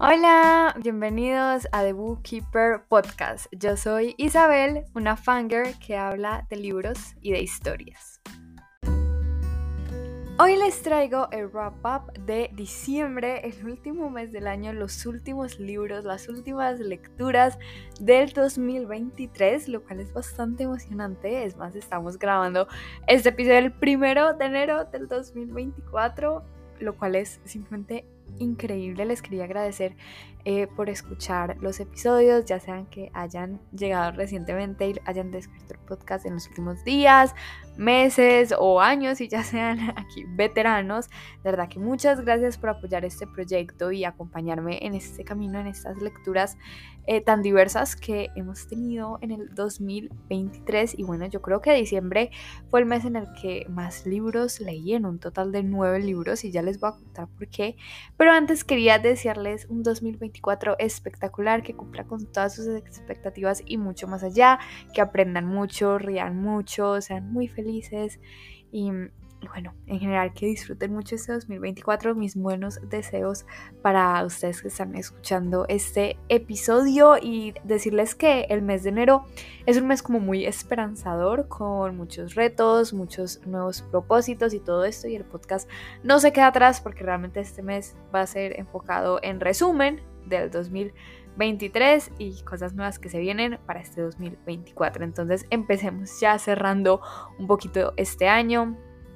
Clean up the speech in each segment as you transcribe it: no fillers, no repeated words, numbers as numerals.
Hola, bienvenidos a The Bookkeeper Podcast. Yo soy Isabel, una fangirl que habla de libros y de historias. Hoy les traigo el wrap-up de diciembre, el último mes del año, los últimos libros, las últimas lecturas del 2023, lo cual es bastante emocionante. Es más, estamos grabando este episodio el 1 de enero del 2024, lo cual es simplemente increíble. Les quería agradecer por escuchar los episodios, ya sean que hayan llegado recientemente y hayan descubierto el podcast en los últimos días, meses o años y ya sean aquí veteranos. De verdad que muchas gracias por apoyar este proyecto y acompañarme en este camino, en estas lecturas tan diversas que hemos tenido en el 2023. Y bueno, yo creo que diciembre fue el mes en el que más libros leí, en un total de 9 libros, y ya les voy a contar por qué. Pero antes quería desearles un 2024 espectacular, que cumpla con todas sus expectativas y mucho más allá, que aprendan mucho, rían mucho, sean muy felices y bueno, en general que disfruten mucho este 2024. Mis buenos deseos para ustedes que están escuchando este episodio, y decirles que el mes de enero es un mes como muy esperanzador, con muchos retos, muchos nuevos propósitos y todo esto, y el podcast no se queda atrás porque realmente este mes va a ser enfocado en resumen del 2023 y cosas nuevas que se vienen para este 2024. Entonces empecemos ya cerrando un poquito este año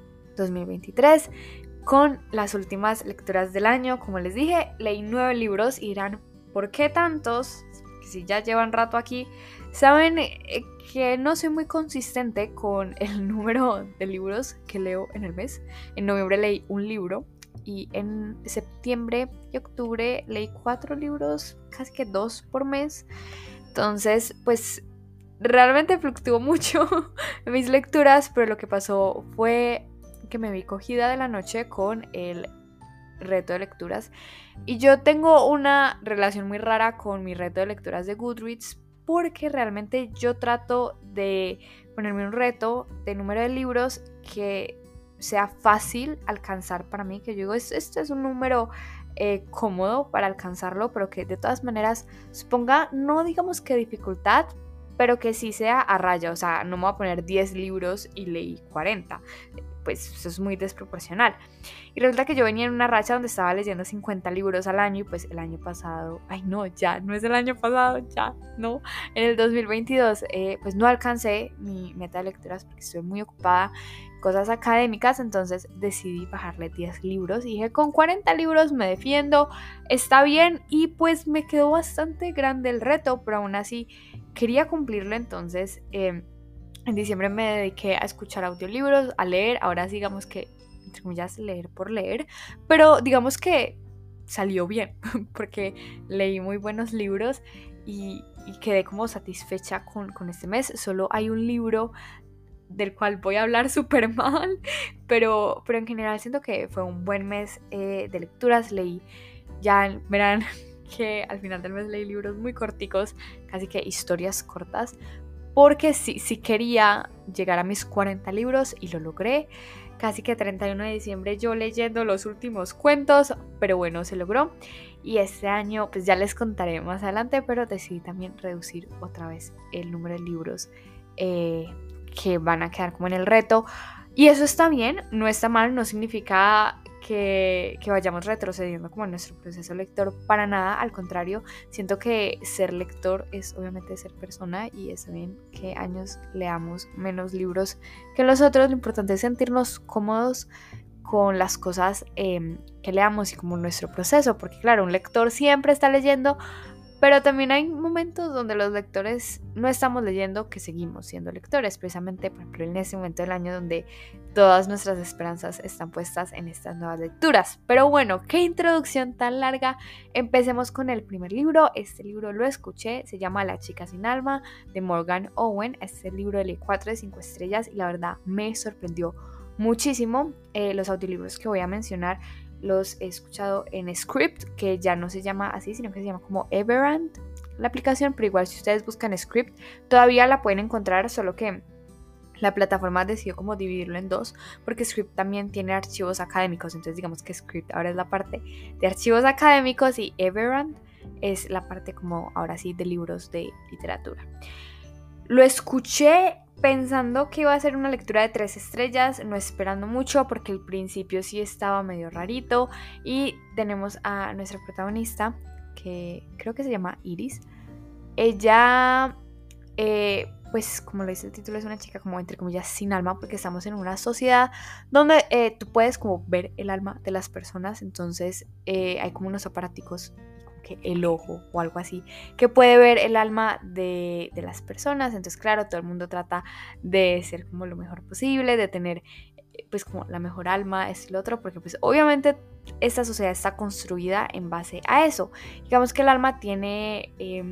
2023 con las últimas lecturas del año. Como les dije, leí 9 libros y dirán, ¿por qué tantos? Que si ya llevan rato aquí, saben que no soy muy consistente con el número de libros que leo en el mes. En noviembre leí un libro y en septiembre y octubre leí 4 libros, casi que 2 por mes. Entonces, pues realmente fluctuó mucho en mis lecturas, pero lo que pasó fue que me vi cogida de la noche con el reto de lecturas, y yo tengo una relación muy rara con mi reto de lecturas de Goodreads, porque realmente yo trato de ponerme un reto de número de libros que sea fácil alcanzar para mí, que yo digo, este es un número cómodo para alcanzarlo, pero que de todas maneras suponga, no digamos que dificultad, pero que sí sea a raya. O sea, no me voy a poner 10 libros y leí 40, pues eso es muy desproporcional. Y resulta que yo venía en una racha donde estaba leyendo 50 libros al año, y pues el año pasado, ay no, ya no es el año pasado, ya no, en el 2022 pues no alcancé mi meta de lecturas porque estoy muy ocupada, cosas académicas. Entonces decidí bajarle 10 libros y dije, con 40 libros me defiendo, está bien. Y pues me quedó bastante grande el reto, pero aún así quería cumplirlo. Entonces en diciembre me dediqué a escuchar audiolibros, a leer. Ahora sí, digamos que, entre comillas, leer por leer, pero digamos que salió bien, porque leí muy buenos libros y quedé como satisfecha con este mes. Solo hay un libro del cual voy a hablar súper mal, pero en general siento que fue un buen mes de lecturas. Leí, ya verán que al final del mes leí libros muy corticos, casi que historias cortas, porque sí quería llegar a mis 40 libros y lo logré. Casi que 31 de diciembre yo leyendo los últimos cuentos, pero bueno, se logró. Y este año pues ya les contaré más adelante, pero decidí también reducir otra vez el número de libros que van a quedar como en el reto. Y eso está bien, no está mal, no significa que vayamos retrocediendo como en nuestro proceso lector, para nada. Al contrario, siento que ser lector es obviamente ser persona, y está bien que años leamos menos libros que los otros. Lo importante es sentirnos cómodos con las cosas que leamos y como nuestro proceso, porque claro, un lector siempre está leyendo, pero también hay momentos donde los lectores no estamos leyendo, que seguimos siendo lectores, precisamente por ejemplo en este momento del año donde todas nuestras esperanzas están puestas en estas nuevas lecturas. Pero bueno, qué introducción tan larga. Empecemos con el primer libro. Este libro lo escuché, se llama La chica sin alma, de Morgan Owen. Este libro le 4 de 5 estrellas y la verdad me sorprendió muchísimo. Los audiolibros que voy a mencionar los he escuchado en Script, que ya no se llama así, sino que se llama como Everand la aplicación, pero igual si ustedes buscan Script todavía la pueden encontrar, solo que la plataforma decidió como dividirlo en dos, porque Script también tiene archivos académicos. Entonces digamos que Script ahora es la parte de archivos académicos y Everand es la parte como ahora sí de libros de literatura. Lo escuché pensando que iba a ser una lectura de 3 estrellas, no esperando mucho porque el principio sí estaba medio rarito. Y tenemos a nuestra protagonista, que creo que se llama Iris. Ella, pues como lo dice el título, es una chica como entre comillas sin alma, porque estamos en una sociedad donde tú puedes como ver el alma de las personas. Entonces hay como unos aparaticos, como que el ojo o algo así, que puede ver el alma de las personas. Entonces claro, todo el mundo trata de ser como lo mejor posible, de tener pues como la mejor alma, es lo otro, porque pues obviamente esta sociedad está construida en base a eso. Digamos que el alma tiene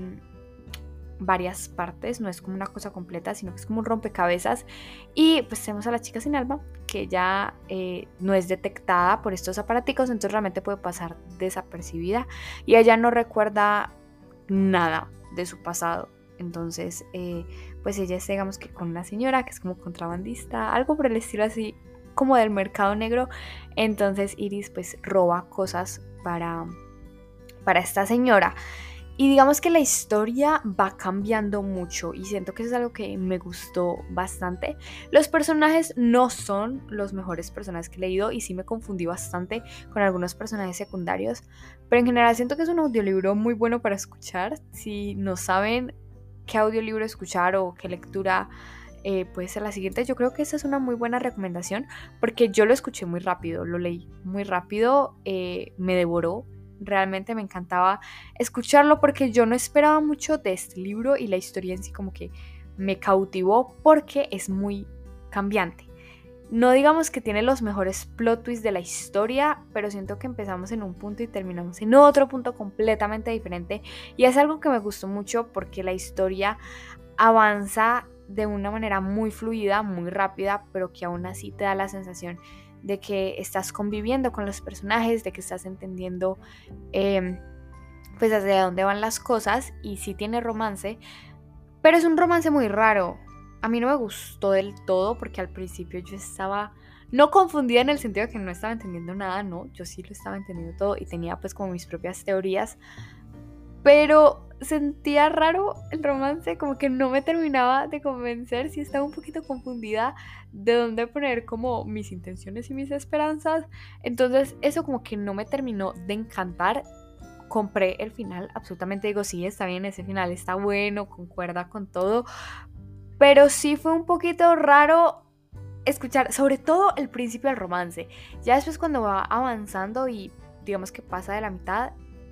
varias partes, no es como una cosa completa, sino que es como un rompecabezas. Y pues tenemos a la chica sin alma, que ya no es detectada por estos aparaticos, entonces realmente puede pasar desapercibida y ella no recuerda nada de su pasado. Entonces pues ella es, digamos que con una señora que es como contrabandista, algo por el estilo así, como del mercado negro. Entonces Iris pues roba cosas para esta señora. Y digamos que la historia va cambiando mucho y siento que eso es algo que me gustó bastante. Los personajes no son los mejores personajes que he leído y sí me confundí bastante con algunos personajes secundarios, pero en general siento que es un audiolibro muy bueno para escuchar. Si no saben qué audiolibro escuchar o qué lectura puede ser la siguiente, yo creo que esa es una muy buena recomendación, porque yo lo escuché muy rápido, lo leí muy rápido, me devoró. Realmente me encantaba escucharlo porque yo no esperaba mucho de este libro y la historia en sí como que me cautivó porque es muy cambiante. No digamos que tiene los mejores plot twists de la historia, pero siento que empezamos en un punto y terminamos en otro punto completamente diferente. Y es algo que me gustó mucho porque la historia avanza de una manera muy fluida, muy rápida, pero que aún así te da la sensación de que estás conviviendo con los personajes, de que estás entendiendo pues hacia dónde van las cosas. Y sí tiene romance, pero es un romance muy raro. A mí no me gustó del todo porque al principio yo estaba no confundida en el sentido de que no estaba entendiendo nada, no, yo sí lo estaba entendiendo todo y tenía pues como mis propias teorías, pero sentía raro el romance, como que no me terminaba de convencer, sí estaba un poquito confundida de dónde poner como mis intenciones y mis esperanzas. Entonces eso como que no me terminó de encantar. Compré el final, absolutamente digo, sí, está bien, ese final está bueno, concuerda con todo, pero sí fue un poquito raro escuchar, sobre todo el principio del romance. Ya después cuando va avanzando y digamos que pasa de la mitad,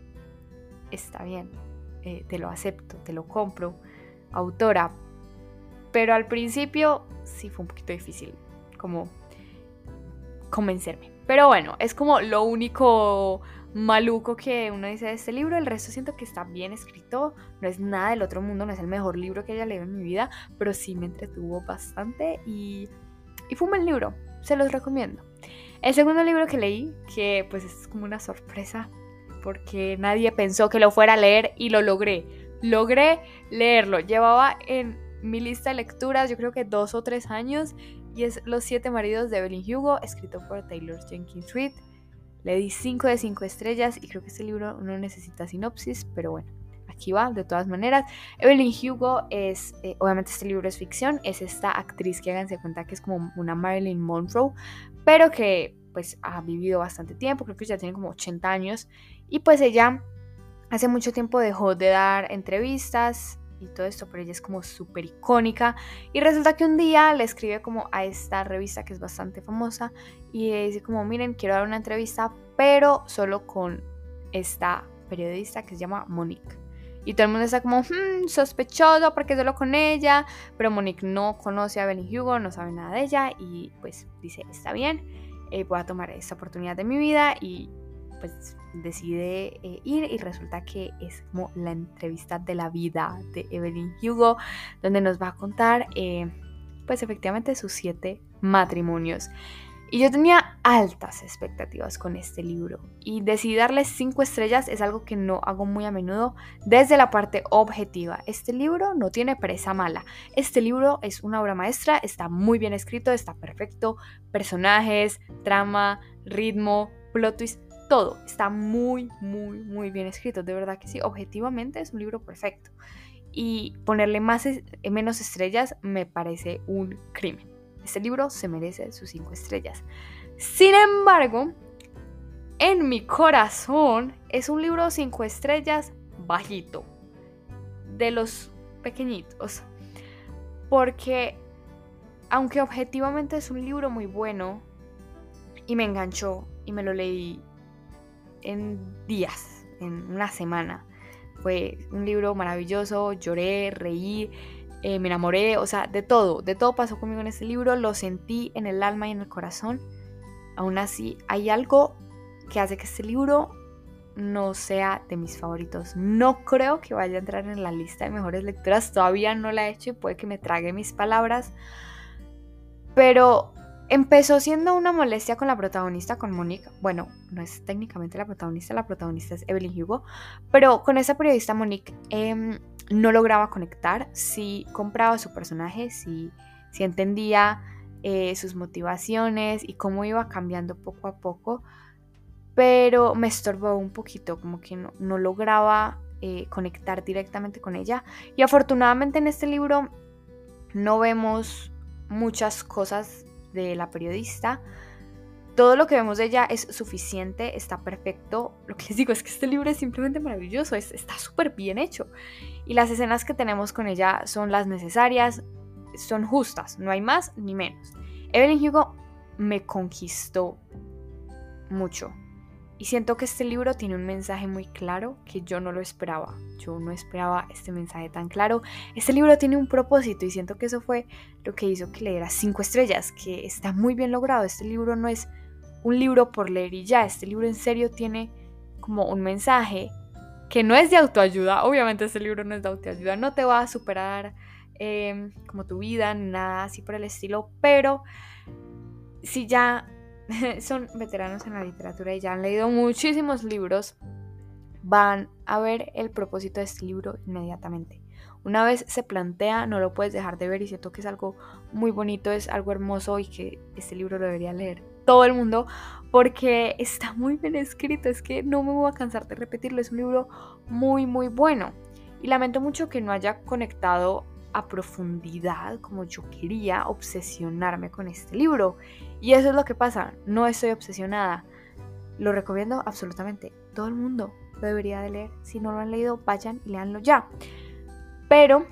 está bien, te lo acepto, te lo compro, autora, pero al principio sí fue un poquito difícil como convencerme. Pero bueno, es como lo único maluco que uno dice de este libro. El resto siento que está bien escrito, no es nada del otro mundo, no es el mejor libro que haya leído en mi vida, pero sí me entretuvo bastante y fue un buen libro, se los recomiendo. El segundo libro que leí, que pues es como una sorpresa, porque nadie pensó que lo fuera a leer y lo logré. Logré leerlo. Llevaba en mi lista de lecturas yo creo que 2 o 3 años y es Los 7 maridos de Evelyn Hugo, escrito por Taylor Jenkins Reid. Le di 5 de 5 estrellas y creo que este libro no necesita sinopsis, pero bueno, aquí va, de todas maneras. Evelyn Hugo es, obviamente este libro es ficción, es esta actriz que háganse cuenta que es como una Marilyn Monroe, pero que pues ha vivido bastante tiempo, creo que ya tiene como 80 años, y pues ella hace mucho tiempo dejó de dar entrevistas y todo esto, pero ella es como súper icónica y resulta que un día le escribe como a esta revista que es bastante famosa y le dice como, miren, quiero dar una entrevista, pero solo con esta periodista que se llama Monique. Y todo el mundo está como, sospechoso porque solo con ella, pero Monique no conoce a Evelyn Hugo, no sabe nada de ella y pues dice, está bien, voy a tomar esta oportunidad de mi vida y pues decide ir y resulta que es como la entrevista de la vida de Evelyn Hugo, donde nos va a contar pues efectivamente sus 7 matrimonios. Y yo tenía altas expectativas con este libro y decidí darle 5 estrellas. Es algo que no hago muy a menudo desde la parte objetiva. Este libro no tiene presa mala. Este libro es una obra maestra, está muy bien escrito, está perfecto. Personajes, trama, ritmo, plot twist, todo está muy, muy, muy bien escrito. De verdad que sí, objetivamente es un libro perfecto. Y ponerle menos estrellas me parece un crimen. Este libro se merece sus 5 estrellas. Sin embargo, en mi corazón es un libro 5 estrellas bajito, de los pequeñitos. Porque, aunque objetivamente es un libro muy bueno, y me enganchó, y me lo leí en días, en una semana. Fue un libro maravilloso, lloré, reí, me enamoré, o sea, de todo pasó conmigo en este libro, lo sentí en el alma y en el corazón. Aún así, hay algo que hace que este libro no sea de mis favoritos. No creo que vaya a entrar en la lista de mejores lecturas, todavía no la he hecho y puede que me trague mis palabras, pero empezó siendo una molestia con la protagonista, con Monique. Bueno, no es técnicamente la protagonista es Evelyn Hugo, pero con esa periodista Monique no lograba conectar. Sí compraba su personaje, sí entendía sus motivaciones y cómo iba cambiando poco a poco, pero me estorbó un poquito, como que no lograba conectar directamente con ella. Y afortunadamente en este libro no vemos muchas cosas de la periodista. Todo lo que vemos de ella es suficiente, está perfecto. Lo que les digo es que este libro es simplemente maravilloso, está súper bien hecho. Y las escenas que tenemos con ella son las necesarias, son justas, no hay más ni menos. Evelyn Hugo me conquistó mucho. Y siento que este libro tiene un mensaje muy claro que yo no lo esperaba. Yo no esperaba este mensaje tan claro. Este libro tiene un propósito y siento que eso fue lo que hizo que le diera 5 estrellas, que está muy bien logrado. Este libro no es un libro por leer y ya. Este libro en serio tiene como un mensaje que no es de autoayuda. Obviamente este libro no es de autoayuda. No te va a superar como tu vida ni nada así por el estilo. Pero si ya son veteranos en la literatura y ya han leído muchísimos libros, van a ver el propósito de este libro inmediatamente. Una vez se plantea, no lo puedes dejar de ver y siento que es algo muy bonito, es algo hermoso y que este libro lo debería leer todo el mundo porque está muy bien escrito. Es que no me voy a cansar de repetirlo, es un libro muy muy bueno y lamento mucho que no haya conectado a profundidad como yo quería obsesionarme con este libro. Y eso es lo que pasa, no estoy obsesionada. Lo recomiendo absolutamente, todo el mundo lo debería de leer. Si no lo han leído, vayan y léanlo ya. Pero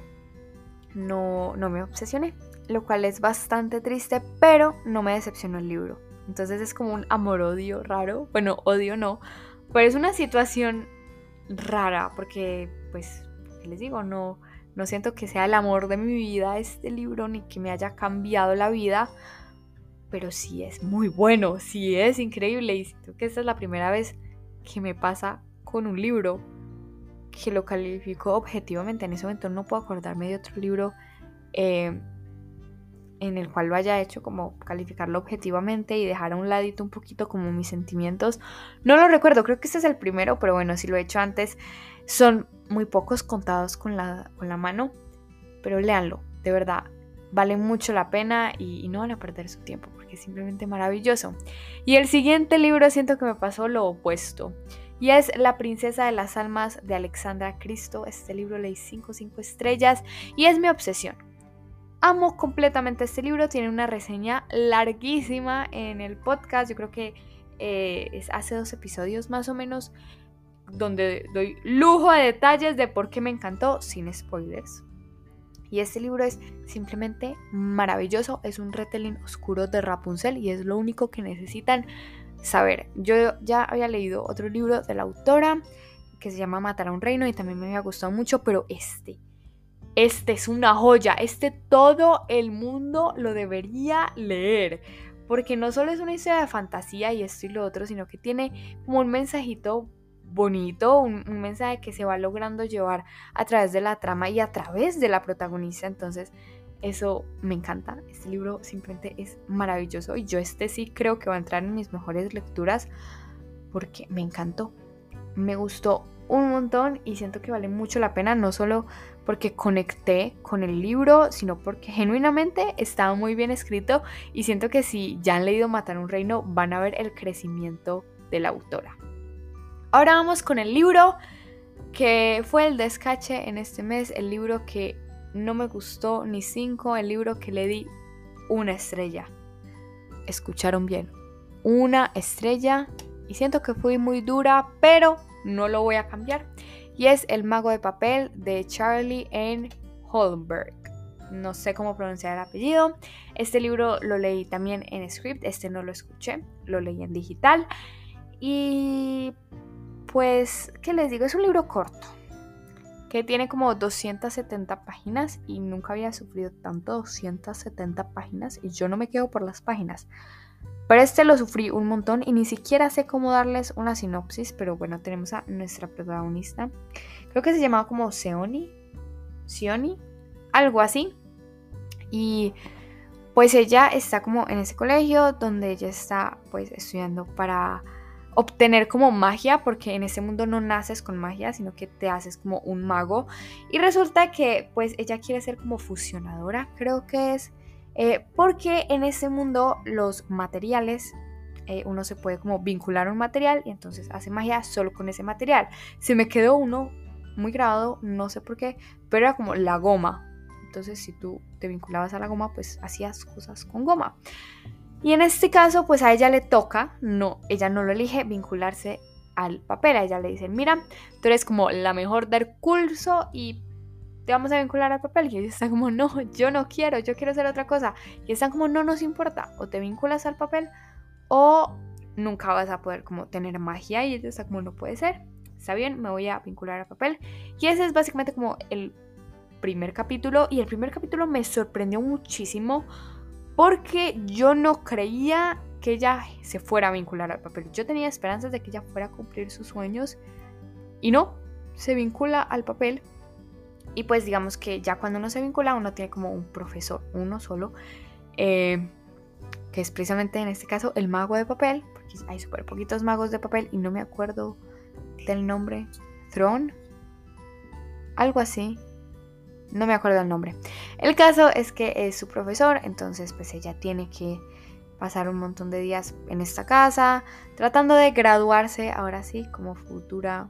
no me obsesioné, lo cual es bastante triste, pero no me decepcionó el libro. Entonces es como un amor-odio raro. Bueno, odio no, pero es una situación rara porque, pues, ¿qué les digo? No siento que sea el amor de mi vida este libro, ni que me haya cambiado la vida, pero sí es muy bueno, sí es increíble y siento que esta es la primera vez que me pasa con un libro que lo califico objetivamente. En ese momento no puedo acordarme de otro libro en el cual lo haya hecho como calificarlo objetivamente y dejar a un ladito un poquito como mis sentimientos. No lo recuerdo, creo que este es el primero, pero bueno, si lo he hecho antes, son muy pocos contados con la mano, pero léanlo, de verdad, vale mucho la pena y no van a perder su tiempo porque es simplemente maravilloso. Y el siguiente libro siento que me pasó lo opuesto y es La princesa de las almas de Alexandra Cristo. Este libro leí 5 estrellas y es mi obsesión. Amo completamente este libro, tiene una reseña larguísima en el podcast, yo creo que es hace 2 episodios más o menos, donde doy lujo de detalles de por qué me encantó, sin spoilers. Y este libro es simplemente maravilloso, es un retelling oscuro de Rapunzel y es lo único que necesitan saber. Yo ya había leído otro libro de la autora que se llama Matar a un reino y también me había gustado mucho, pero este es una joya, todo el mundo lo debería leer, porque no solo es una historia de fantasía y esto y lo otro, sino que tiene como un mensajito bonito, un mensaje que se va logrando llevar a través de la trama y a través de la protagonista. Entonces Eso me encanta. Este libro simplemente es maravilloso y yo sí creo que va a entrar en mis mejores lecturas porque me encantó. Me gustó un montón y siento que vale mucho la pena, no solo porque conecté con el libro, sino porque genuinamente estaba muy bien escrito y siento que si ya han leído Matar un Reino van a ver el crecimiento de la autora. Ahora vamos con el libro que fue el descache en este mes, el libro que no me gustó ni 5, el libro que le di 1 estrella. Escucharon bien, 1 estrella, y siento que fui muy dura, pero no lo voy a cambiar. Y es El Mago de Papel de Charlie N. Holmberg. No sé cómo pronunciar el apellido. Este libro lo leí también en script, este no lo escuché, lo leí en digital. Y pues, ¿qué les digo? Es un libro corto, que tiene como 270 páginas y nunca había sufrido tanto, 270 páginas, y yo no me quedo por las páginas. Pero este lo sufrí un montón y ni siquiera sé cómo darles una sinopsis, pero bueno, tenemos a nuestra protagonista. Creo que se llamaba como Sioni, algo así. Y pues ella está como en ese colegio donde ella está pues estudiando para obtener como magia, porque en este mundo no naces con magia, sino que te haces como un mago. Y resulta que pues ella quiere ser como fusionadora, creo que es, porque en este mundo los materiales, uno se puede como vincular a un material y entonces hace magia solo con ese material. Se me quedó uno muy grabado, no sé por qué, pero era como la goma. Entonces si tú te vinculabas a la goma, pues hacías cosas con goma. Y en este caso, pues a ella le toca, ella no lo elige, vincularse al papel. A ella le dicen, mira, tú eres como la mejor del curso y te vamos a vincular al papel. Y ella está como, no, yo no quiero, yo quiero hacer otra cosa. Y están como, no nos importa, o te vinculas al papel o nunca vas a poder como tener magia. Y ella está como, no puede ser, está bien, me voy a vincular al papel. Y ese es básicamente como el primer capítulo. Y el primer capítulo me sorprendió muchísimo, porque yo no creía que ella se fuera a vincular al papel. Yo tenía esperanzas de que ella fuera a cumplir sus sueños y no, se vincula al papel. Y pues digamos que ya cuando uno se vincula, uno tiene como un profesor, uno solo, que es precisamente en este caso el mago de papel, porque hay súper poquitos magos de papel y no me acuerdo del nombre. Throne, algo así. No me acuerdo el nombre. El caso es que es su profesor, entonces pues ella tiene que pasar un montón de días en esta casa, tratando de graduarse, ahora sí, como futura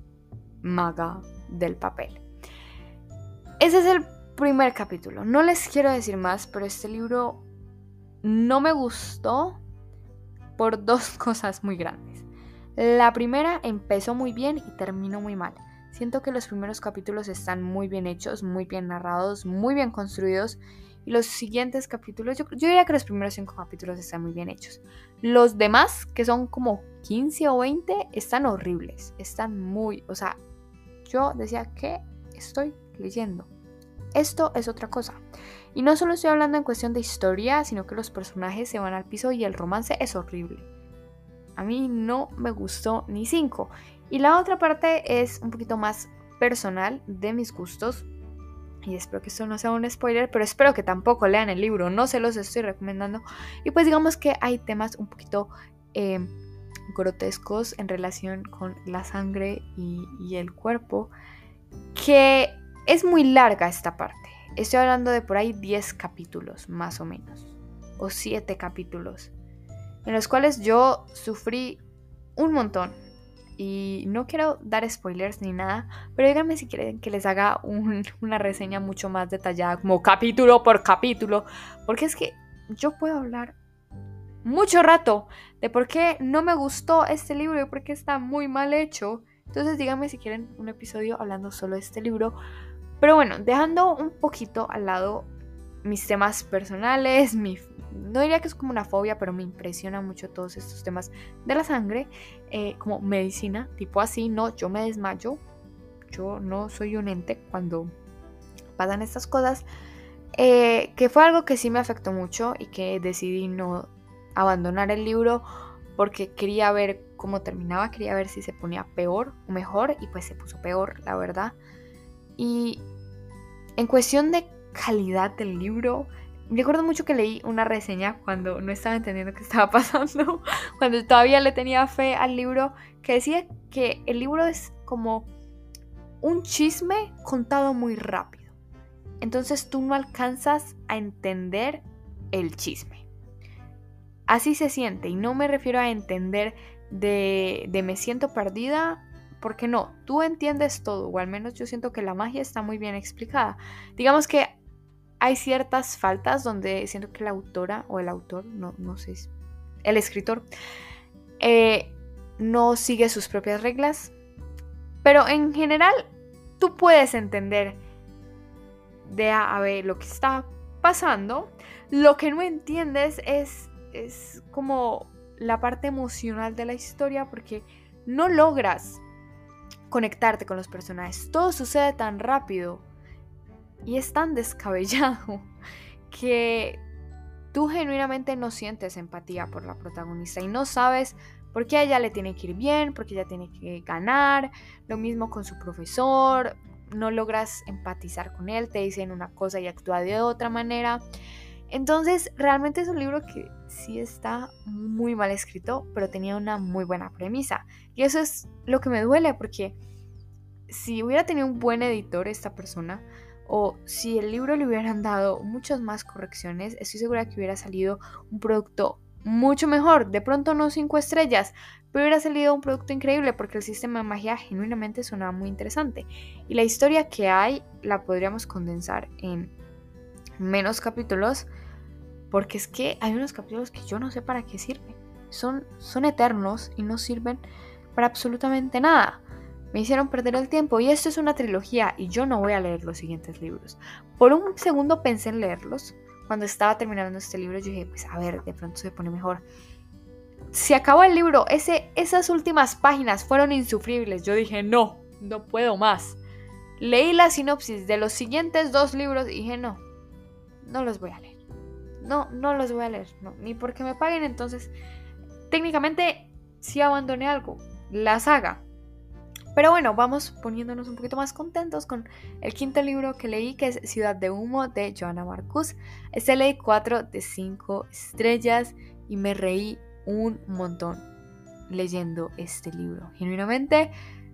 maga del papel. Ese es el primer capítulo. No les quiero decir más, pero este libro no me gustó por 2 cosas muy grandes. La primera, empezó muy bien y terminó muy mal. Siento que los primeros capítulos están muy bien hechos, muy bien narrados, muy bien construidos. Y los siguientes capítulos, yo diría que los primeros 5 capítulos están muy bien hechos. Los demás, que son como 15 o 20, están horribles. Están muy, o sea, yo decía, ¿qué estoy leyendo? Esto es otra cosa. Y no solo estoy hablando en cuestión de historia, sino que los personajes se van al piso y el romance es horrible. A mí no me gustó ni 5. Y la otra parte es un poquito más personal de mis gustos. Y espero que esto no sea un spoiler, pero espero que tampoco lean el libro. No se los estoy recomendando. Y pues digamos que hay temas un poquito grotescos en relación con la sangre y el cuerpo. Que es muy larga esta parte. Estoy hablando de por ahí 10 capítulos, más o menos. O 7 capítulos. En los cuales yo sufrí un montón. Y no quiero dar spoilers ni nada, pero díganme si quieren que les haga una reseña mucho más detallada, como capítulo por capítulo, porque es que yo puedo hablar mucho rato de por qué no me gustó este libro y por qué está muy mal hecho. Entonces díganme si quieren un episodio hablando solo de este libro. Pero bueno, dejando un poquito al lado mis temas personales, no diría que es como una fobia, pero me impresiona mucho todos estos temas de la sangre, como medicina, tipo así, no, yo me desmayo, yo no soy un ente cuando pasan estas cosas, que fue algo que sí me afectó mucho y que decidí no abandonar el libro porque quería ver cómo terminaba, quería ver si se ponía peor o mejor, y pues se puso peor, la verdad. Y en cuestión de calidad del libro. Recuerdo mucho que leí una reseña cuando no estaba entendiendo qué estaba pasando, cuando todavía le tenía fe al libro, que decía que el libro es como un chisme contado muy rápido. Entonces tú no alcanzas a entender el chisme. Así se siente, y no me refiero a entender de me siento perdida, porque no, tú entiendes todo, o al menos yo siento que la magia está muy bien explicada. Digamos que hay ciertas faltas donde siento que la autora o el autor, no sé, el escritor, no sigue sus propias reglas, pero en general tú puedes entender de A B lo que está pasando. Lo que no entiendes es como la parte emocional de la historia, porque no logras conectarte con los personajes. Todo sucede tan rápido y es tan descabellado que tú genuinamente no sientes empatía por la protagonista y no sabes por qué a ella le tiene que ir bien, por qué ella tiene que ganar. Lo mismo con su profesor, no logras empatizar con él, te dicen una cosa y actúa de otra manera. Entonces realmente es un libro que sí está muy mal escrito, pero tenía una muy buena premisa, y eso es lo que me duele, porque si hubiera tenido un buen editor esta persona, o si el libro le hubieran dado muchas más correcciones, estoy segura que hubiera salido un producto mucho mejor. De pronto no 5 estrellas, pero hubiera salido un producto increíble, porque el sistema de magia genuinamente sonaba muy interesante, y la historia que hay la podríamos condensar en menos capítulos, porque es que hay unos capítulos que yo no sé para qué sirven. Son eternos y no sirven para absolutamente nada. Me hicieron perder el tiempo, y esto es una trilogía y yo no voy a leer los siguientes libros. Por un segundo pensé en leerlos. Cuando estaba terminando este libro yo dije, pues a ver, de pronto se pone mejor. Se acabó el libro, esas últimas páginas fueron insufribles. Yo dije, no puedo más. Leí la sinopsis de los siguientes 2 libros y dije, no los voy a leer. No los voy a leer, no, ni porque me paguen. Entonces, técnicamente sí abandoné algo, la saga. Pero bueno, vamos poniéndonos un poquito más contentos con el 5.º libro que leí, que es Ciudad de Humo, de Johanna Marcus. Este leí 4 de 5 estrellas y me reí un montón leyendo este libro. Genuinamente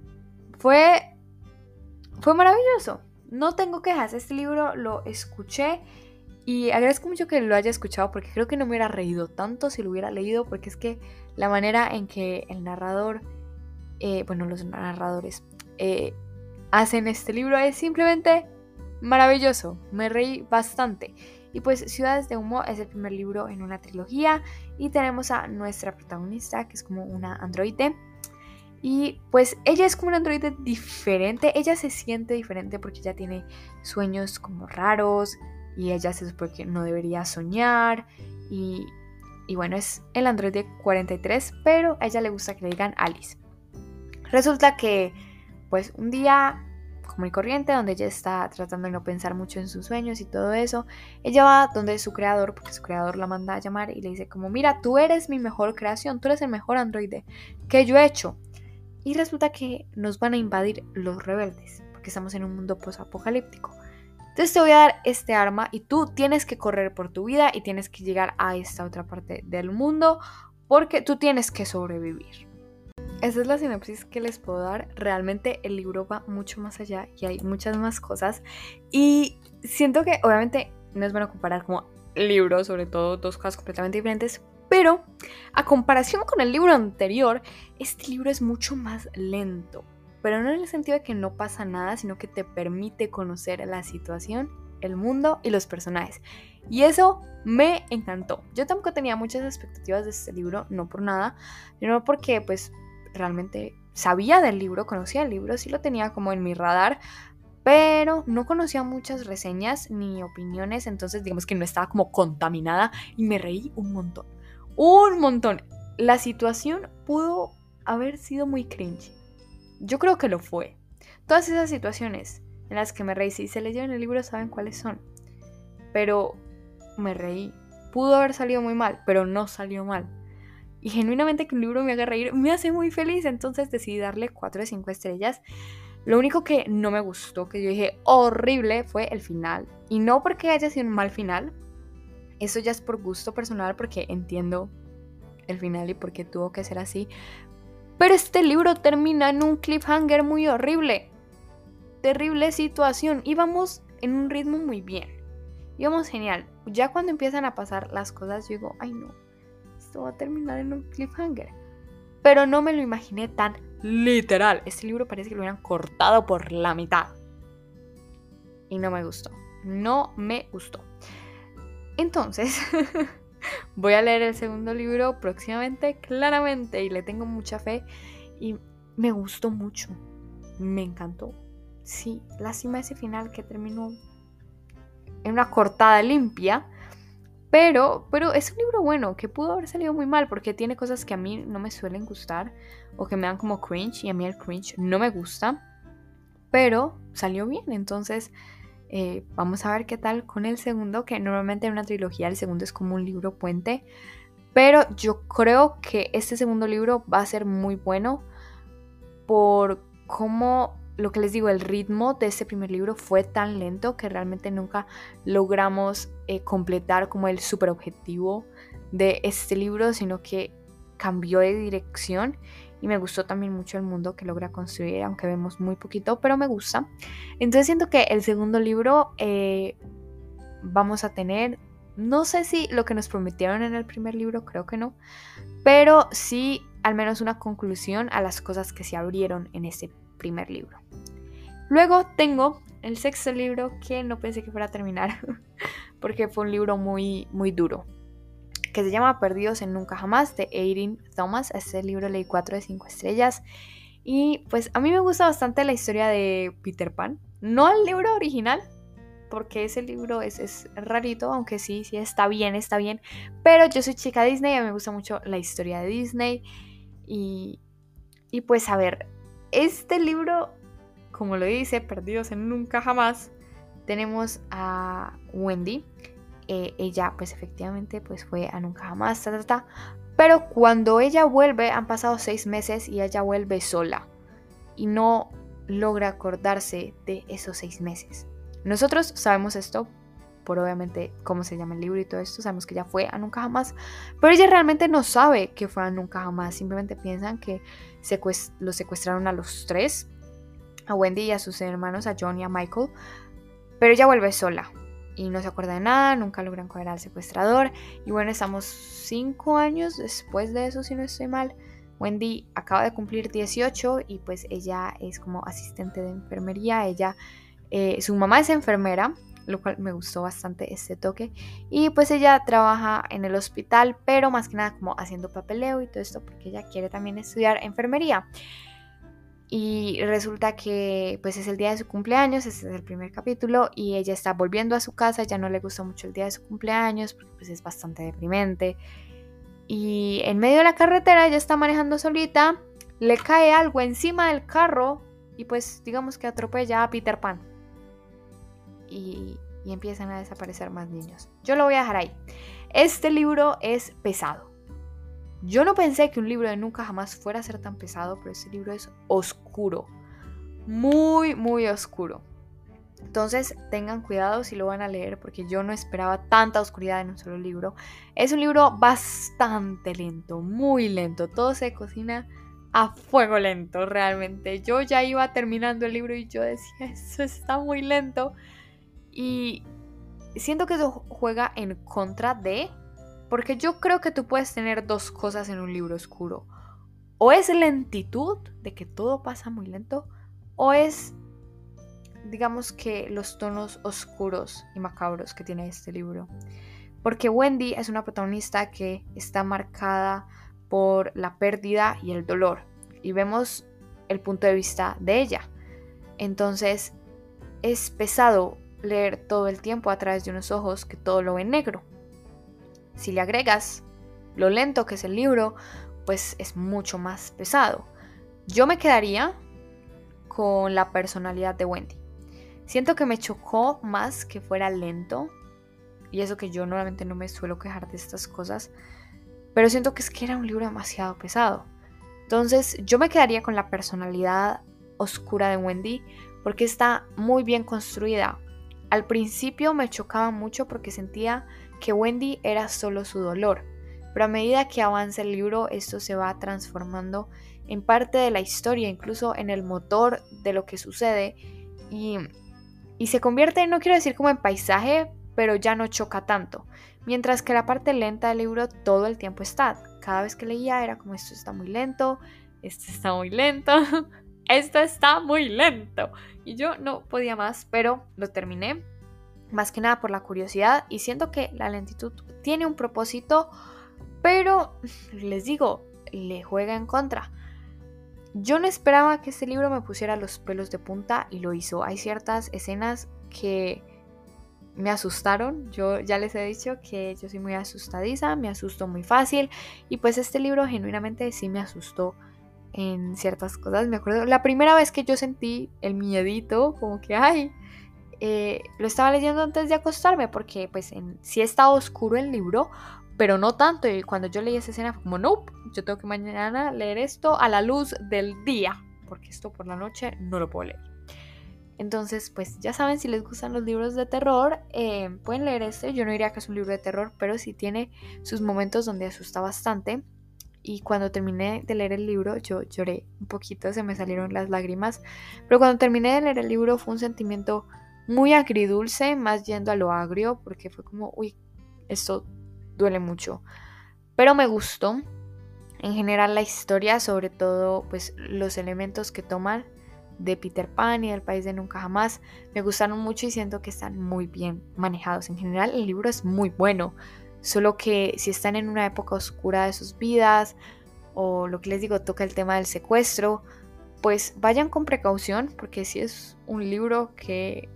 fue maravilloso. No tengo quejas. Este libro lo escuché y agradezco mucho que lo haya escuchado, porque creo que no me hubiera reído tanto si lo hubiera leído, porque es que la manera en que el narrador, los narradores hacen este libro es simplemente maravilloso. Me reí bastante. Y pues Ciudades de Humo es el primer libro en una trilogía, y tenemos a nuestra protagonista, que es como una androide. Y pues ella es como una androide diferente. Ella se siente diferente porque ella tiene sueños como raros, y ella se supone que no debería soñar. Y bueno, es el androide 43, pero a ella le gusta que le digan Alice. Resulta que pues un día común y corriente, donde ella está tratando de no pensar mucho en sus sueños y todo eso, ella va donde su creador, porque su creador la manda a llamar y le dice como, mira, tú eres mi mejor creación, tú eres el mejor androide que yo he hecho. Y resulta que nos van a invadir los rebeldes, porque estamos en un mundo post-apocalíptico. Entonces te voy a dar este arma y tú tienes que correr por tu vida y tienes que llegar a esta otra parte del mundo, porque tú tienes que sobrevivir. Esa es la sinopsis que les puedo dar. Realmente el libro va mucho más allá y hay muchas más cosas. Y siento que obviamente no es bueno comparar como libros, sobre todo 2 cosas completamente diferentes, pero a comparación con el libro anterior, este libro es mucho más lento. Pero no en el sentido de que no pasa nada, sino que te permite conocer la situación, el mundo y los personajes. Y eso me encantó. Yo tampoco tenía muchas expectativas de este libro, no por nada, sino porque pues realmente sabía del libro, conocía el libro, sí lo tenía como en mi radar, pero no conocía muchas reseñas ni opiniones, entonces digamos que no estaba como contaminada, y me reí un montón. Un montón. La situación pudo haber sido muy cringe. Yo creo que lo fue. Todas esas situaciones en las que me reí, si se leyeron el libro saben cuáles son. Pero me reí. Pudo haber salido muy mal, pero no salió mal. Y genuinamente que un libro me haga reír me hace muy feliz. Entonces decidí darle 4 de 5 estrellas. Lo único que no me gustó, que yo dije horrible, fue el final. Y no porque haya sido un mal final, eso ya es por gusto personal, porque entiendo el final y por qué tuvo que ser así. Pero este libro termina en un cliffhanger muy horrible. Terrible situación. Íbamos en un ritmo muy bien. Íbamos genial. Ya cuando empiezan a pasar las cosas, yo digo, ay no, esto va a terminar en un cliffhanger. Pero no me lo imaginé tan literal. Este libro parece que lo hubieran cortado por la mitad. Y no me gustó. No me gustó. Entonces, voy a leer el segundo libro próximamente, claramente. Y le tengo mucha fe. Y me gustó mucho. Me encantó. Sí, lástima ese final que terminó en una cortada limpia. Pero es un libro bueno, que pudo haber salido muy mal, porque tiene cosas que a mí no me suelen gustar o que me dan como cringe, y a mí el cringe no me gusta, pero salió bien. Entonces vamos a ver qué tal con el segundo, que normalmente en una trilogía el segundo es como un libro puente, pero yo creo que este segundo libro va a ser muy bueno por cómo, lo que les digo, el ritmo de este primer libro fue tan lento que realmente nunca logramos completar como el super objetivo de este libro, sino que cambió de dirección. Y me gustó también mucho el mundo que logra construir, aunque vemos muy poquito, pero me gusta. Entonces siento que el segundo libro vamos a tener, no sé si lo que nos prometieron en el primer libro, creo que no, pero sí al menos una conclusión a las cosas que se abrieron en ese primer libro. Luego tengo el sexto libro, que no pensé que fuera a terminar porque fue un libro muy, muy duro, que se llama Perdidos en Nunca Jamás, de Erin Thomas. Este libro leí 4 de 5 estrellas. Y pues a mí me gusta bastante la historia de Peter Pan. No el libro original, porque ese libro es rarito, aunque sí está bien. Pero yo soy chica Disney y a mí me gusta mucho la historia de Disney. Y pues a ver, este libro, como lo dice, Perdidos en Nunca Jamás, tenemos a Wendy. Ella pues efectivamente pues fue a Nunca Jamás, pero cuando ella vuelve han pasado 6 meses y ella vuelve sola y no logra acordarse de esos 6 meses. Nosotros sabemos esto por obviamente cómo se llama el libro y todo esto, sabemos que ella fue a Nunca Jamás, pero ella realmente no sabe que fue a Nunca Jamás. Simplemente piensan que los secuestraron a los 3, a Wendy y a sus hermanos, a John y a Michael, pero ella vuelve sola y no se acuerda de nada, nunca logran coger al secuestrador. Y bueno, estamos 5 años después de eso, si no estoy mal. Wendy acaba de cumplir 18 y pues ella es como asistente de enfermería. Su mamá es enfermera, lo cual me gustó bastante este toque. Y pues ella trabaja en el hospital, pero más que nada como haciendo papeleo y todo esto, porque ella quiere también estudiar enfermería. Y resulta que pues es el día de su cumpleaños, este es el primer capítulo, y ella está volviendo a su casa. Ya no le gusta mucho el día de su cumpleaños porque pues es bastante deprimente. Y en medio de la carretera ella está manejando solita, le cae algo encima del carro y pues digamos que atropella a Peter Pan. Y empiezan a desaparecer más niños. Yo lo voy a dejar ahí. Este libro es pesado. Yo no pensé que un libro de Nunca Jamás fuera a ser tan pesado, pero este libro es oscuro. Muy, muy oscuro. Entonces tengan cuidado si lo van a leer, porque yo no esperaba tanta oscuridad en un solo libro. Es un libro bastante lento, muy lento. Todo se cocina a fuego lento realmente. Yo ya iba terminando el libro y yo decía, eso está muy lento. Y siento que eso juega en contra de... Porque yo creo que tú puedes tener dos cosas en un libro oscuro. O es lentitud, de que todo pasa muy lento, o es, digamos que, los tonos oscuros y macabros que tiene este libro. Porque Wendy es una protagonista que está marcada por la pérdida y el dolor. Y vemos el punto de vista de ella. Entonces es pesado leer todo el tiempo a través de unos ojos que todo lo ven negro. Si le agregas lo lento que es el libro, pues es mucho más pesado. Yo me quedaría con la personalidad de Wendy. Siento que me chocó más que fuera lento, y eso que yo normalmente no me suelo quejar de estas cosas, pero siento que es que era un libro demasiado pesado. Entonces yo me quedaría con la personalidad oscura de Wendy porque está muy bien construida. Al principio me chocaba mucho porque sentía que Wendy era solo su dolor, pero a medida que avanza el libro esto se va transformando en parte de la historia, incluso en el motor de lo que sucede y se convierte, no quiero decir como en paisaje, pero ya no choca tanto. Mientras que la parte lenta del libro todo el tiempo está. Cada vez que leía era como esto está muy lento, esto está muy lento, esto está muy lento. Y yo no podía más, pero lo terminé. Más que nada por la curiosidad y siento que la lentitud tiene un propósito, pero les digo, le juega en contra. Yo no esperaba que este libro me pusiera los pelos de punta y lo hizo. Hay ciertas escenas que me asustaron. Yo ya les he dicho que yo soy muy asustadiza, me asusto muy fácil y pues este libro genuinamente sí me asustó en ciertas cosas. Me acuerdo la primera vez que yo sentí el miedito, como que lo estaba leyendo antes de acostarme porque pues sí estaba oscuro el libro, pero no tanto, y cuando yo leí esa escena fue como nope, yo tengo que mañana leer esto a la luz del día porque esto por la noche no lo puedo leer. Entonces pues ya saben, si les gustan los libros de terror pueden leer este. Yo no diría que es un libro de terror, pero sí tiene sus momentos donde asusta bastante. Y cuando terminé de leer el libro yo lloré un poquito, se me salieron las lágrimas, pero cuando terminé de leer el libro fue un sentimiento muy agridulce, más yendo a lo agrio, porque fue como, uy, esto duele mucho. Pero me gustó, en general la historia, sobre todo pues los elementos que toman de Peter Pan y del País de Nunca Jamás, me gustaron mucho y siento que están muy bien manejados. En general el libro es muy bueno, solo que si están en una época oscura de sus vidas, o lo que les digo, toca el tema del secuestro, pues vayan con precaución, porque si es un libro que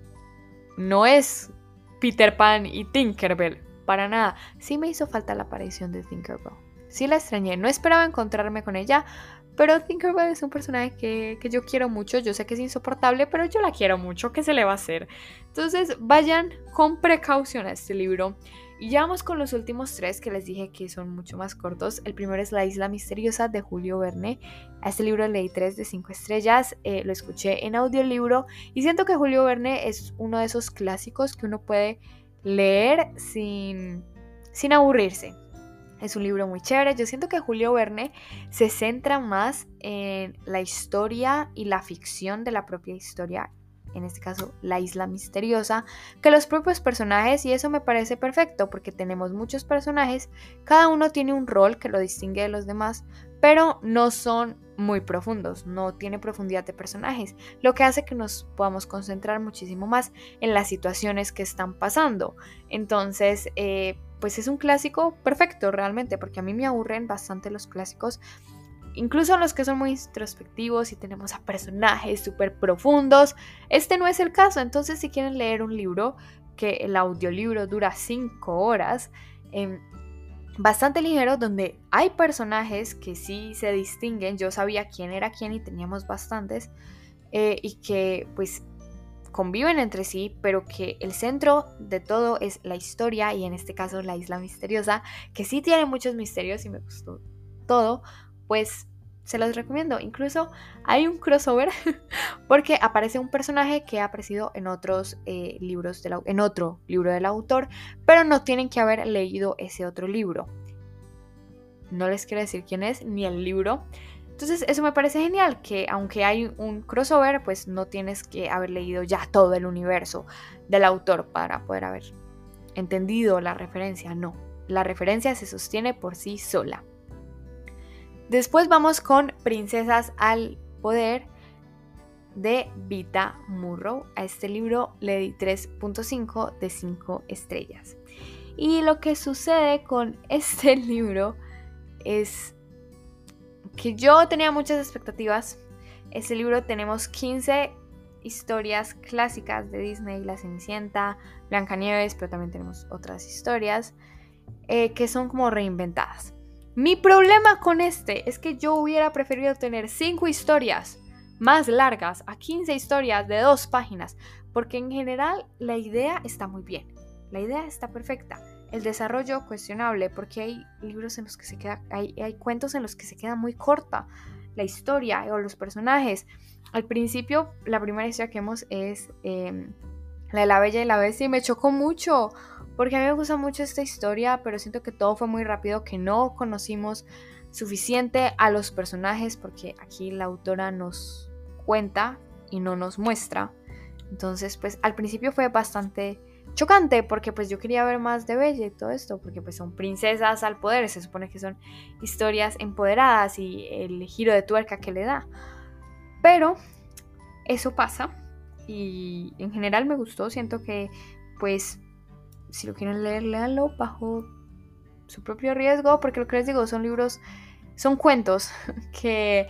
no es Peter Pan y Tinkerbell, para nada. Sí me hizo falta la aparición de Tinkerbell. Sí la extrañé, no esperaba encontrarme con ella, pero Tinkerbell es un personaje que yo quiero mucho. Yo sé que es insoportable, pero yo la quiero mucho. ¿Qué se le va a hacer? Entonces vayan con precaución a este libro. Y ya vamos con los últimos tres que les dije que son mucho más cortos. El primero es La Isla Misteriosa de Julio Verne. A este libro leí 3 de 5 estrellas. Lo escuché en audiolibro y siento que Julio Verne es uno de esos clásicos que uno puede leer sin aburrirse. Es un libro muy chévere. Yo siento que Julio Verne se centra más en la historia y la ficción de la propia historia, en este caso La Isla Misteriosa, que los propios personajes, y eso me parece perfecto porque tenemos muchos personajes, cada uno tiene un rol que lo distingue de los demás, pero no son muy profundos, no tiene profundidad de personajes, lo que hace que nos podamos concentrar muchísimo más en las situaciones que están pasando. Entonces, pues es un clásico perfecto realmente, porque a mí me aburren bastante los clásicos, incluso los que son muy introspectivos y tenemos a personajes súper profundos. Este no es el caso. Entonces si quieren leer un libro, que el audiolibro dura 5 horas, bastante ligero, donde hay personajes que sí se distinguen, yo sabía quién era quién y teníamos bastantes, y que pues conviven entre sí, pero que el centro de todo es la historia, y en este caso La Isla Misteriosa, que sí tiene muchos misterios y me gustó todo, pues se los recomiendo. Incluso hay un crossover porque aparece un personaje que ha aparecido en otros libros en otro libro del autor, pero no tienen que haber leído ese otro libro. No les quiero decir quién es ni el libro. Entonces eso me parece genial, que aunque hay un crossover, pues no tienes que haber leído ya todo el universo del autor para poder haber entendido la referencia. No, la referencia se sostiene por sí sola. Después vamos con Princesas al Poder de Vita Murrow. A este libro le di 3.5 de 5 estrellas. Y lo que sucede con este libro es que yo tenía muchas expectativas. Este libro tenemos 15 historias clásicas de Disney, La Cenicienta, Blancanieves, pero también tenemos otras historias que son como reinventadas. Mi problema con este es que yo hubiera preferido tener 5 historias más largas a 15 historias de 2 páginas, porque en general la idea está muy bien, la idea está perfecta. El desarrollo cuestionable, porque hay libros en los que se queda, hay cuentos en los que se queda muy corta la historia o los personajes. Al principio, la primera historia que vemos es la de La Bella y la Bestia, y me chocó mucho, porque a mí me gusta mucho esta historia, pero siento que todo fue muy rápido, que no conocimos suficiente a los personajes, porque aquí la autora nos cuenta y no nos muestra. Entonces, pues al principio fue bastante chocante, porque pues yo quería ver más de Bella y todo esto, porque pues son princesas al poder, se supone que son historias empoderadas y el giro de tuerca que le da. Pero eso pasa y en general me gustó, siento que pues si lo quieren leer, léanlo bajo su propio riesgo, porque lo que les digo son libros, son cuentos que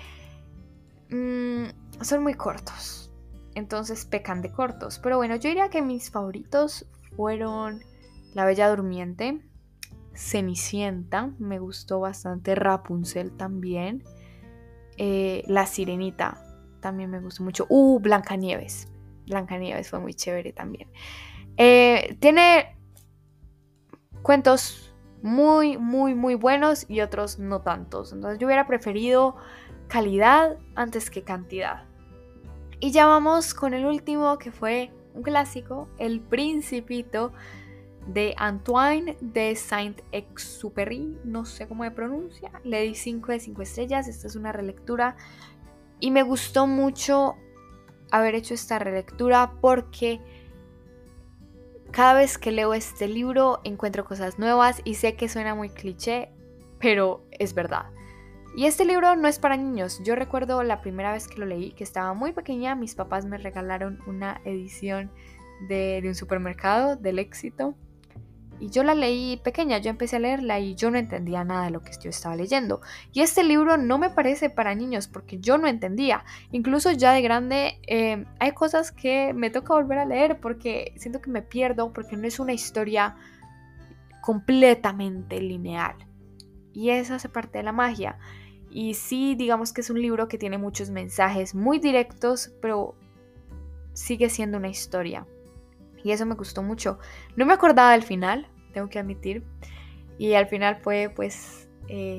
son muy cortos, entonces pecan de cortos. Pero bueno, yo diría que mis favoritos fueron La Bella Durmiente, Cenicienta, me gustó bastante, Rapunzel también, La Sirenita también me gustó mucho, Blancanieves fue muy chévere también. Tiene cuentos muy, muy, muy buenos y otros no tantos. Entonces yo hubiera preferido calidad antes que cantidad. Y ya vamos con el último, que fue un clásico, El Principito, de Antoine de Saint-Exupéry. No sé cómo se pronuncia. Le di 5 de 5 estrellas. Esta es una relectura. Y me gustó mucho haber hecho esta relectura porque cada vez que leo este libro encuentro cosas nuevas y sé que suena muy cliché, pero es verdad. Y este libro no es para niños. Yo recuerdo la primera vez que lo leí, que estaba muy pequeña, mis papás me regalaron una edición de un supermercado del Éxito. Y yo la leí pequeña, yo empecé a leerla y yo no entendía nada de lo que yo estaba leyendo. Y este libro no me parece para niños porque yo no entendía. Incluso ya de grande hay cosas que me toca volver a leer porque siento que me pierdo, porque no es una historia completamente lineal. Y eso hace parte de la magia. Y sí, digamos que es un libro que tiene muchos mensajes muy directos, pero sigue siendo una historia. Y eso me gustó mucho. No me acordaba del final, tengo que admitir. Y al final fue pues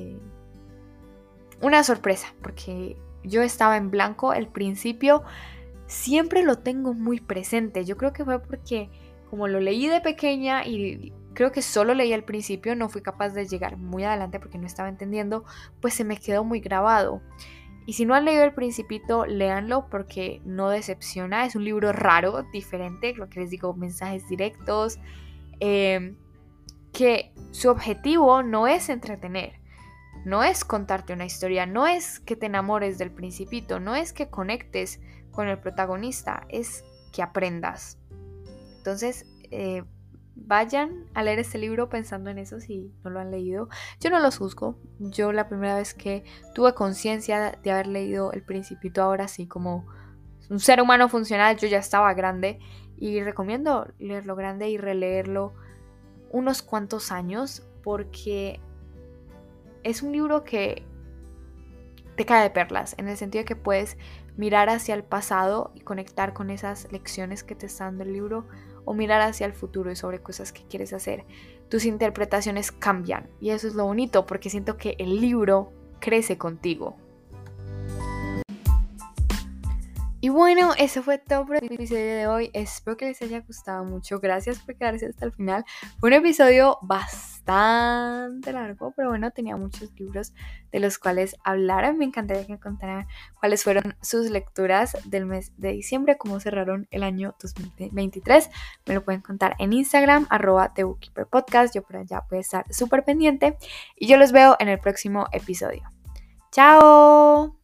una sorpresa, porque yo estaba en blanco. El principio siempre lo tengo muy presente. Yo creo que fue porque como lo leí de pequeña y creo que solo leí al principio, no fui capaz de llegar muy adelante porque no estaba entendiendo, pues se me quedó muy grabado. Y si no han leído El Principito, léanlo porque no decepciona. Es un libro raro, diferente, lo que les digo, mensajes directos, que su objetivo no es entretener, no es contarte una historia, no es que te enamores del Principito, no es que conectes con el protagonista, es que aprendas. Entonces, vayan a leer este libro pensando en eso si no lo han leído. Yo no los juzgo. Yo la primera vez que tuve conciencia de haber leído El Principito, ahora sí como un ser humano funcional, yo ya estaba grande y recomiendo leerlo grande y releerlo unos cuantos años porque es un libro que te cae de perlas, en el sentido de que puedes mirar hacia el pasado y conectar con esas lecciones que te está dando el libro, o mirar hacia el futuro y sobre cosas que quieres hacer. Tus interpretaciones cambian y eso es lo bonito, porque siento que el libro crece contigo. Y bueno, eso fue todo por el episodio de hoy. Espero que les haya gustado mucho. Gracias por quedarse hasta el final. Fue un episodio bastante largo, pero bueno, tenía muchos libros de los cuales hablar. Me encantaría que me contaran cuáles fueron sus lecturas del mes de diciembre, cómo cerraron el año 2023. Me lo pueden contar en Instagram, @TheBookkeeperPodcast. Yo por allá voy a estar súper pendiente. Y yo los veo en el próximo episodio. ¡Chao!